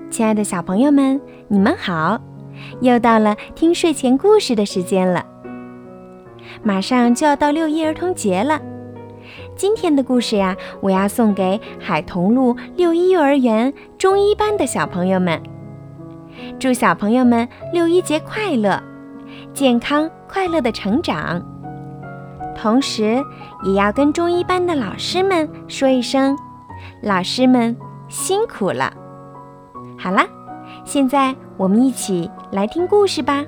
亲爱的小朋友们，你们好！又到了听睡前故事的时间了。马上就要到6一儿童节了，今天的故事呀，我要送给海桐路6一幼儿园中一班的小朋友们。祝小朋友们6一节快乐，健康快乐的成长。同时，也要跟中一班的老师们说一声，老师们辛苦了。好啦，现在我们一起来听故事吧。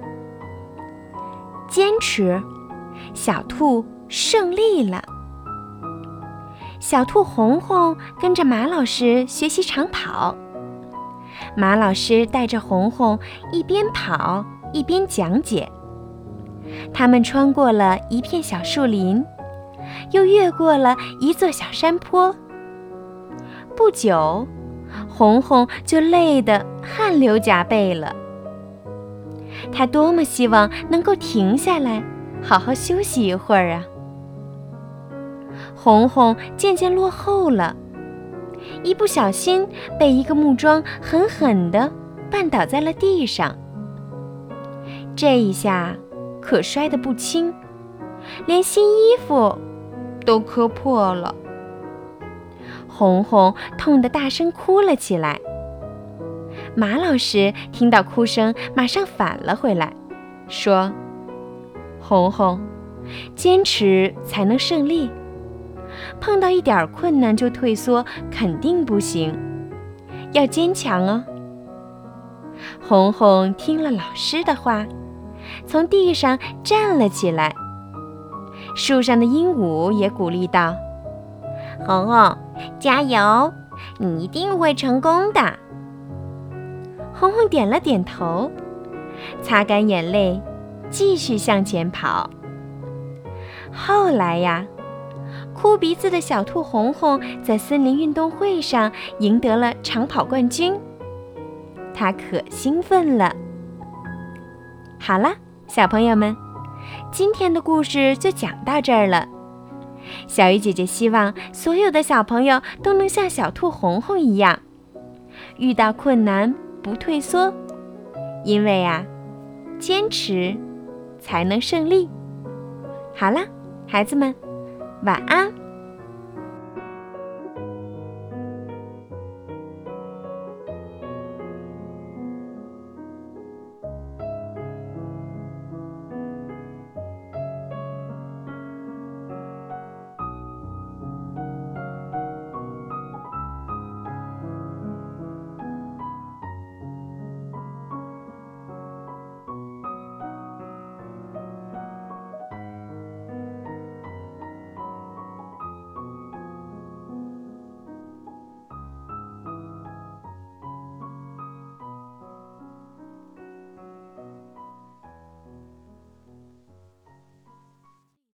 坚持，小兔胜利了。小兔红红跟着马老师学习长跑，马老师带着红红一边跑一边讲解。他们穿过了一片小树林，又越过了一座小山坡。不久，红红就累得汗流浃背了。她多么希望能够停下来，好好休息一会儿啊！红红渐渐落后了，一不小心被一个木桩狠狠地绊倒在了地上。这一下可摔得不轻，连新衣服都磕破了。红红痛得大声哭了起来。马老师听到哭声，马上返了回来，说：红红，坚持才能胜利，碰到一点困难就退缩肯定不行，要坚强哦。红红听了老师的话，从地上站了起来。树上的鹦鹉也鼓励道：红红，加油，你一定会成功的。红红点了点头，擦干眼泪，继续向前跑。后来呀，哭鼻子的小兔红红在森林运动会上赢得了长跑冠军，她可兴奋了。好了，小朋友们，今天的故事就讲到这儿了。小鱼姐姐希望所有的小朋友都能像小兔红红一样，遇到困难不退缩，因为啊，坚持才能胜利。好啦，孩子们，晚安。